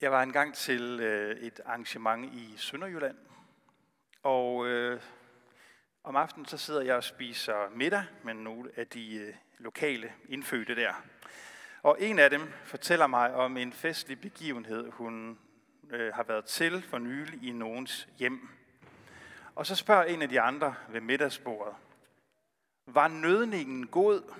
Jeg var engang til et arrangement i Sønderjylland, og om aftenen så sidder jeg og spiser middag med nogle af de lokale indfødte der. Og en af dem fortæller mig om en festlig begivenhed, hun har været til for nylig i nogens hjem. Og så spørger en af de andre ved middagsbordet, var nødningen god?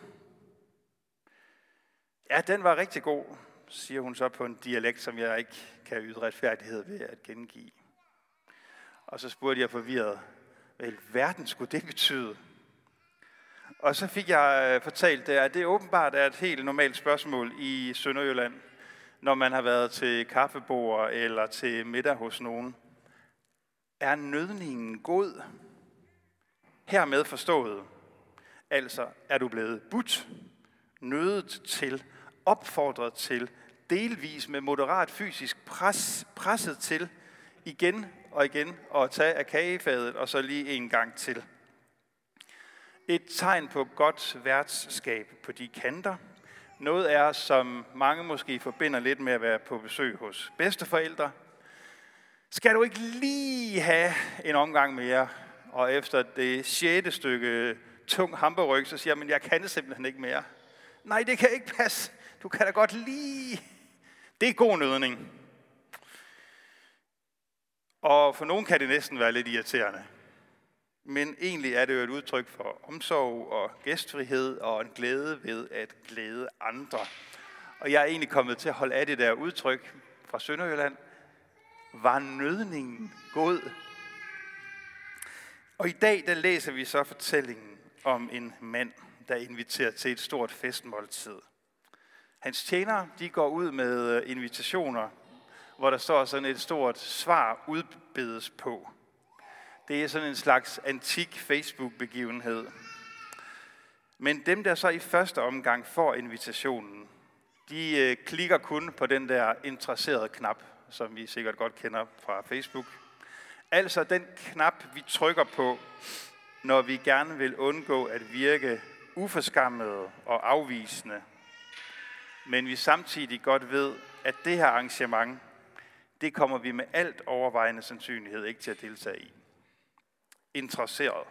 Ja, den var rigtig god, siger hun så på en dialekt, som jeg ikke kan yde retfærdighed ved at gengive. Og så spurgte jeg forvirret, hvad i verden skulle det betyde? Og så fik jeg fortalt, at det åbenbart er et helt normalt spørgsmål i Sønderjylland, når man har været til kaffebord eller til middag hos nogen. Er nødningen god? Hermed forstået. Altså, er du blevet budt, nødet til, opfordret til, delvis med moderat fysisk presset til, igen og igen, at tage af kagefadet og så lige en gang til. Et tegn på godt værtskab på de kanter. Noget er, som mange måske forbinder lidt med at være på besøg hos bedsteforældre. Skal du ikke lige have en omgang mere? Og efter det 6. stykke tung hamburgerryg, så siger man, jeg kan det simpelthen ikke mere. Nej, det kan ikke passe. Du kan da godt lige. Det er god nødning. Og for nogen kan det næsten være lidt irriterende. Men egentlig er det jo et udtryk for omsorg og gæstfrihed og en glæde ved at glæde andre. Og jeg er egentlig kommet til at holde af det der udtryk fra Sønderjylland. Var nødningen god? Og i dag der læser vi så fortællingen om en mand, der inviterer til et stort festmåltid. Hans tjenere, de går ud med invitationer, hvor der står sådan et stort svar udbedes på. Det er sådan en slags antik Facebook-begivenhed. Men dem, der så i første omgang får invitationen, de klikker kun på den der interesserede knap, som vi sikkert godt kender fra Facebook. Altså den knap, vi trykker på, når vi gerne vil undgå at virke uforskammede og afvisende. Men vi samtidig godt ved, at det her arrangement, det kommer vi med alt overvejende sandsynlighed ikke til at deltage i. Interesseret.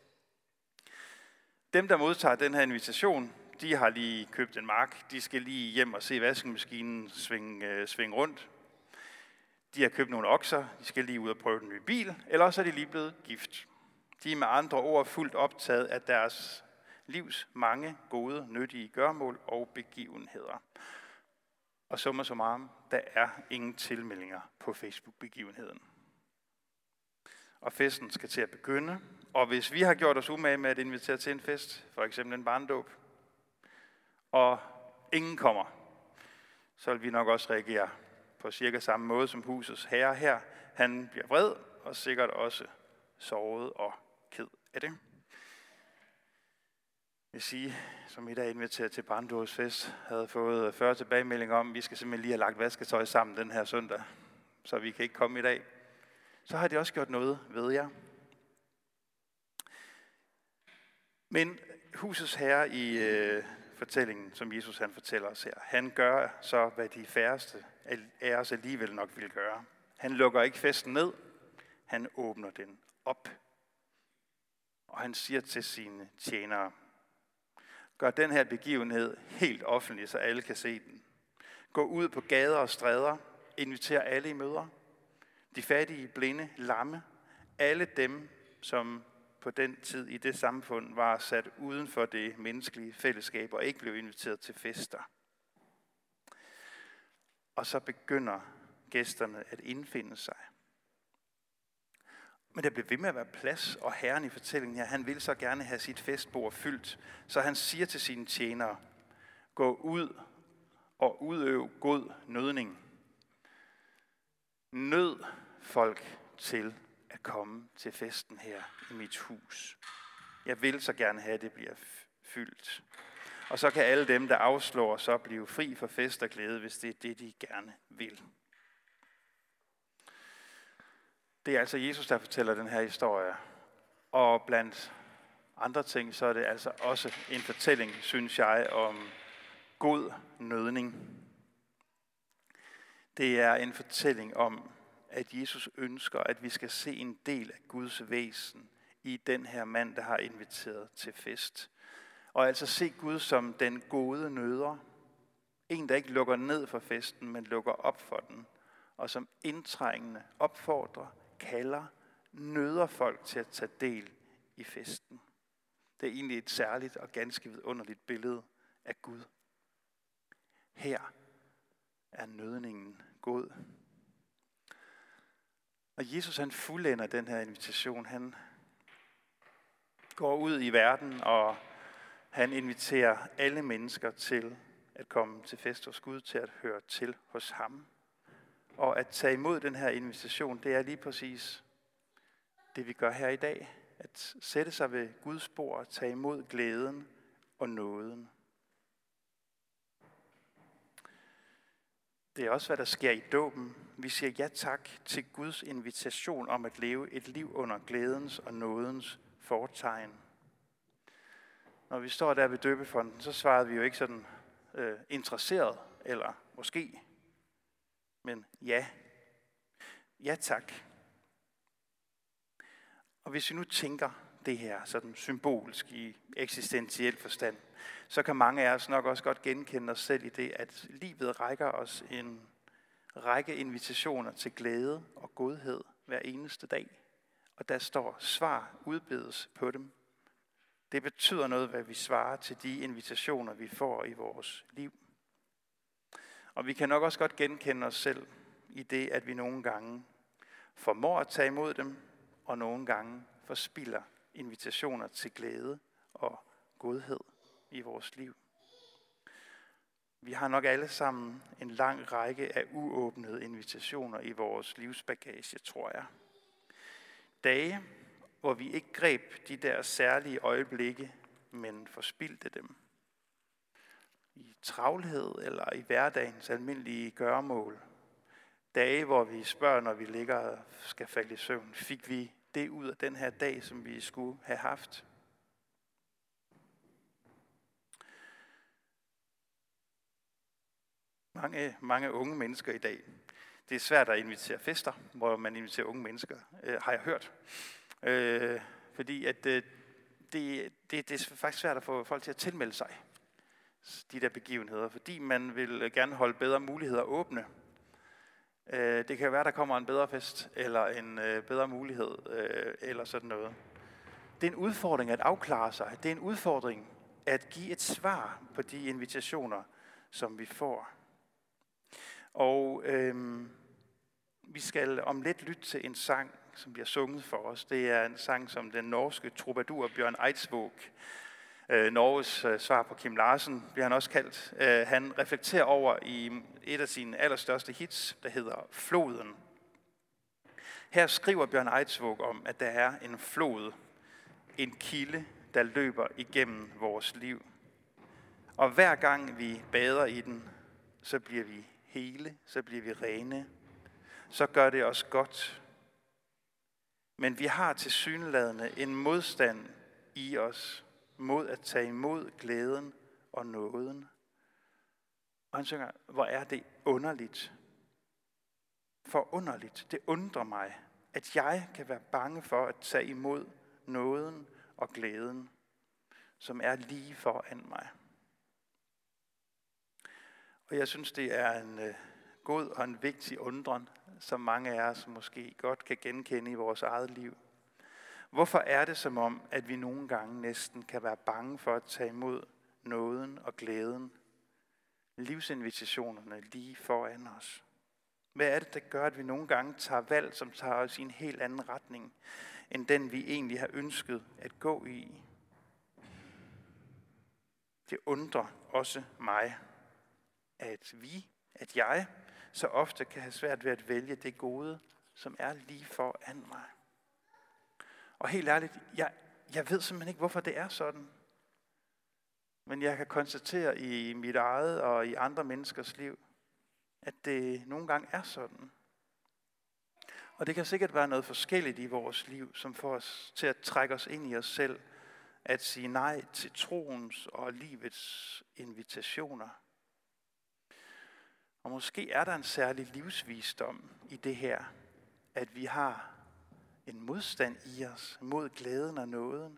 Dem, der modtager den her invitation, de har lige købt en mark. De skal lige hjem og se vaskemaskinen svinge rundt. De har købt nogle okser. De skal lige ud og prøve den nye bil. Eller også er de lige blevet gift. De er med andre ord fuldt optaget af deres livs mange gode, nyttige gørmål og begivenheder. Og summa summarum, der er ingen tilmeldinger på Facebook-begivenheden. Og festen skal til at begynde. Og hvis vi har gjort os umage med at invitere til en fest, for eksempel en barndåb, og ingen kommer, så vil vi nok også reagere på cirka samme måde som husets herre her. Han bliver vred og sikkert også såret og ked af det. Jeg sige, som i dag inviteret til barndåbsfest, havde fået 40 tilbagemeldinger om, at vi skal simpelthen lige have lagt vasketøj sammen den her søndag, så vi kan ikke komme i dag. Så har de også gjort noget, ved jeg. Men husets herre i fortællingen, som Jesus han fortæller os her, han gør så, hvad de færreste af os alligevel nok vil gøre. Han lukker ikke festen ned, han åbner den op. Og han siger til sine tjenere, gør den her begivenhed helt offentlig, så alle kan se den. Gå ud på gader og stræder, inviter alle i møder. De fattige, blinde, lamme, alle dem, som på den tid i det samfund var sat uden for det menneskelige fællesskab og ikke blev inviteret til fester. Og så begynder gæsterne at indfinde sig. Men der bliver ved med at være plads, og herren i fortællingen her, han vil så gerne have sit festbord fyldt. Så han siger til sine tjenere, gå ud og udøv god nødning. Nød folk til at komme til festen her i mit hus. Jeg vil så gerne have, at det bliver fyldt. Og så kan alle dem, der afslår, så blive fri for fest og glæde, hvis det er det, de gerne vil. Det er altså Jesus, der fortæller den her historie. Og blandt andre ting, så er det altså også en fortælling, synes jeg, om god nødning. Det er en fortælling om, at Jesus ønsker, at vi skal se en del af Guds væsen i den her mand, der har inviteret til fest. Og altså se Gud som den gode nøder. En, der ikke lukker ned for festen, men lukker op for den. Og som indtrængende opfordrer, kalder, nøder folk til at tage del i festen. Det er egentlig et særligt og ganske vidunderligt billede af Gud. Her er nødningen god. Og Jesus han fuldender den her invitation. Han går ud i verden, og han inviterer alle mennesker til at komme til fest hos Gud, til at høre til hos ham. Og at tage imod den her invitation, det er lige præcis det, vi gør her i dag. At sætte sig ved Guds bord og tage imod glæden og nåden. Det er også, hvad der sker i dåben. Vi siger ja tak til Guds invitation om at leve et liv under glædens og nådens fortegn. Når vi står der ved døbefonden, så svarede vi jo ikke sådan interesseret eller måske, men ja. Ja tak. Og hvis vi nu tænker det her sådan symbolsk i eksistentiel forstand, så kan mange af os nok også godt genkende os selv i det, at livet rækker os en række invitationer til glæde og godhed hver eneste dag. Og der står svar udbedes på dem. Det betyder noget, hvad vi svarer til de invitationer, vi får i vores liv. Og vi kan nok også godt genkende os selv i det, at vi nogle gange formår at tage imod dem, og nogle gange forspilder invitationer til glæde og godhed i vores liv. Vi har nok alle sammen en lang række af uåbnede invitationer i vores livsbagage, tror jeg. Dage, hvor vi ikke greb de der særlige øjeblikke, men forspildte dem. I travlhed eller i hverdagens almindelige gøremål. Dage, hvor vi spørger, når vi ligger og skal falde i søvn, fik vi det ud af den her dag, som vi skulle have haft? Mange unge mennesker i dag. Det er svært at invitere fester, hvor man inviterer unge mennesker, har jeg hørt. Fordi at det er faktisk svært at få folk til at tilmelde sig de der begivenheder, fordi man vil gerne holde bedre muligheder åbne. Det kan være, der kommer en bedre fest, eller en bedre mulighed, eller sådan noget. Det er en udfordring at afklare sig. Det er en udfordring at give et svar på de invitationer, som vi får. Og vi skal om lidt lytte til en sang, som bliver sunget for os. Det er en sang, som den norske troubadour Bjørn Eidsvåg, Norges svar på Kim Larsen, bliver han også kaldt. Han reflekterer over i et af sine allerstørste hits, der hedder Floden. Her skriver Bjørn Eidsvåg om, at der er en flod, en kilde, der løber igennem vores liv. Og hver gang vi bader i den, så bliver vi hele, så bliver vi rene, så gør det os godt. Men vi har tilsyneladende en modstand i os mod at tage imod glæden og nåden. Og han synger, hvor er det underligt. Forunderligt, det undrer mig, at jeg kan være bange for at tage imod nåden og glæden, som er lige foran mig. Og jeg synes, det er en god og en vigtig undren, som mange af os måske godt kan genkende i vores eget liv. Hvorfor er det som om, at vi nogle gange næsten kan være bange for at tage imod nåden og glæden, livsinvitationerne lige foran os? Hvad er det, der gør, at vi nogle gange tager valg, som tager os i en helt anden retning, end den vi egentlig har ønsket at gå i? Det undrer også mig, at jeg så ofte kan have svært ved at vælge det gode, som er lige foran mig. Og helt ærligt, jeg ved simpelthen ikke, hvorfor det er sådan. Men jeg kan konstatere i mit eget og i andre menneskers liv, at det nogle gange er sådan. Og det kan sikkert være noget forskelligt i vores liv, som får os til at trække os ind i os selv, at sige nej til troens og livets invitationer. Og måske er der en særlig livsvisdom i det her, at vi har en modstand i os mod glæden og nåden.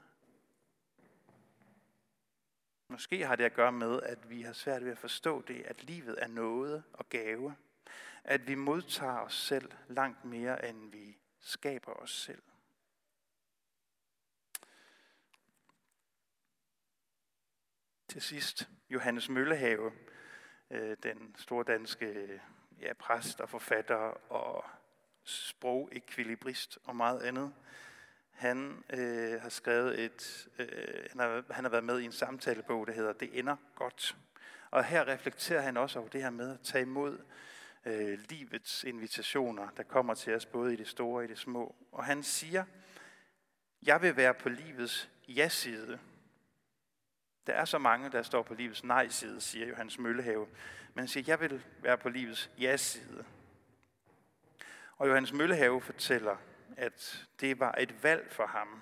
Måske har det at gøre med, at vi har svært ved at forstå det, at livet er nåde og gave. At vi modtager os selv langt mere, end vi skaber os selv. Til sidst, Johannes Møllehave, den store danske præst og forfatter og sprogekvilibrist og meget andet. Han har skrevet han har været med i en samtalebog, der hedder Det ender godt. Og her reflekterer han også over det her med at tage imod livets invitationer, der kommer til os både i det store og i det små. Og han siger, jeg vil være på livets ja-side. Der er så mange, der står på livets nej-side, siger Johannes Møllehave. Men han siger, jeg vil være på livets ja-side. Og Johannes Møllehave fortæller, at det var et valg for ham.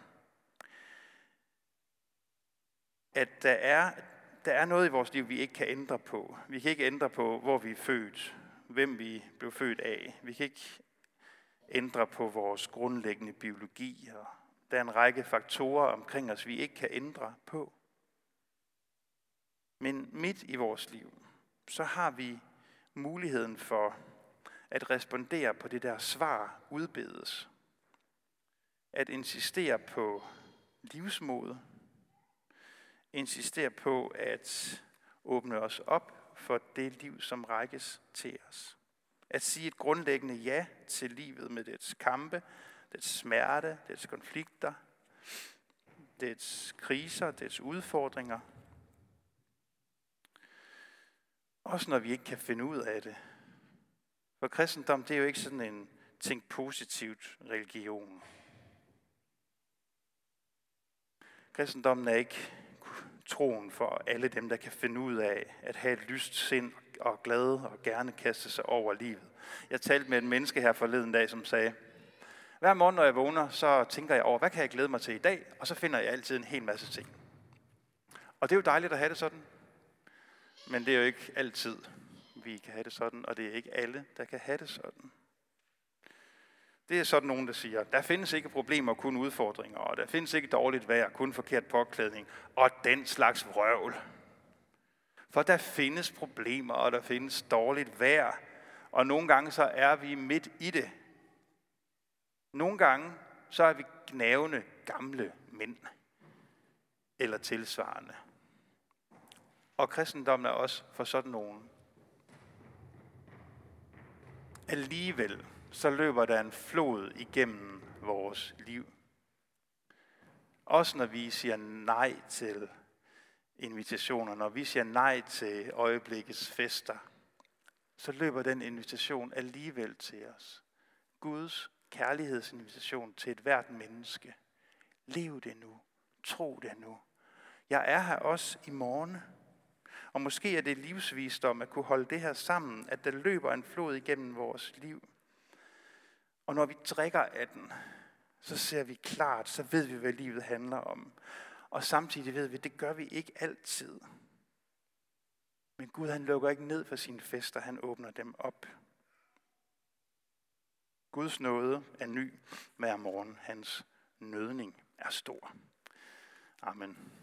At der er noget i vores liv, vi ikke kan ændre på. Vi kan ikke ændre på, hvor vi er født, hvem vi blev født af. Vi kan ikke ændre på vores grundlæggende biologi. Og der er en række faktorer omkring os, vi ikke kan ændre på. Men midt i vores liv, så har vi muligheden for at respondere på det der svar udbedes. At insistere på livsmod. Insistere på at åbne os op for det liv, som rækkes til os. At sige et grundlæggende ja til livet med dets kampe, dets smerte, dets konflikter, dets kriser, dets udfordringer. Også når vi ikke kan finde ud af det. For kristendom, det er jo ikke sådan en tænk positivt religion. Kristendommen er ikke troen for alle dem, der kan finde ud af at have et lyst sind og glade og gerne kaste sig over livet. Jeg talte med et menneske her forleden dag, som sagde, hver morgen, når jeg vågner, så tænker jeg over, hvad kan jeg glæde mig til i dag? Og så finder jeg altid en hel masse ting. Og det er jo dejligt at have det sådan. Men det er jo ikke altid, vi kan have det sådan, og det er ikke alle, der kan have det sådan. Det er sådan nogen, der siger, der findes ikke problemer, kun udfordringer, og der findes ikke dårligt vejr, kun forkert påklædning, og den slags vrøvl. For der findes problemer, og der findes dårligt vejr, og nogle gange så er vi midt i det. Nogle gange så er vi gnavende gamle mænd, eller tilsvarende. Og kristendommen er også for sådan nogen. Alligevel så løber der en flod igennem vores liv. Også når vi siger nej til invitationer, når vi siger nej til øjeblikkets fester, så løber den invitation alligevel til os. Guds kærlighedsinvitation til et hvert menneske. Lev det nu. Tro det nu. Jeg er her også i morgen. Og måske er det livsvisdom at kunne holde det her sammen, at der løber en flod igennem vores liv. Og når vi drikker af den, så ser vi klart, så ved vi, hvad livet handler om. Og samtidig ved vi, det gør vi ikke altid. Men Gud, han lukker ikke ned for sine fester, han åbner dem op. Guds nåde er ny hver morgen, hans nødning er stor. Amen.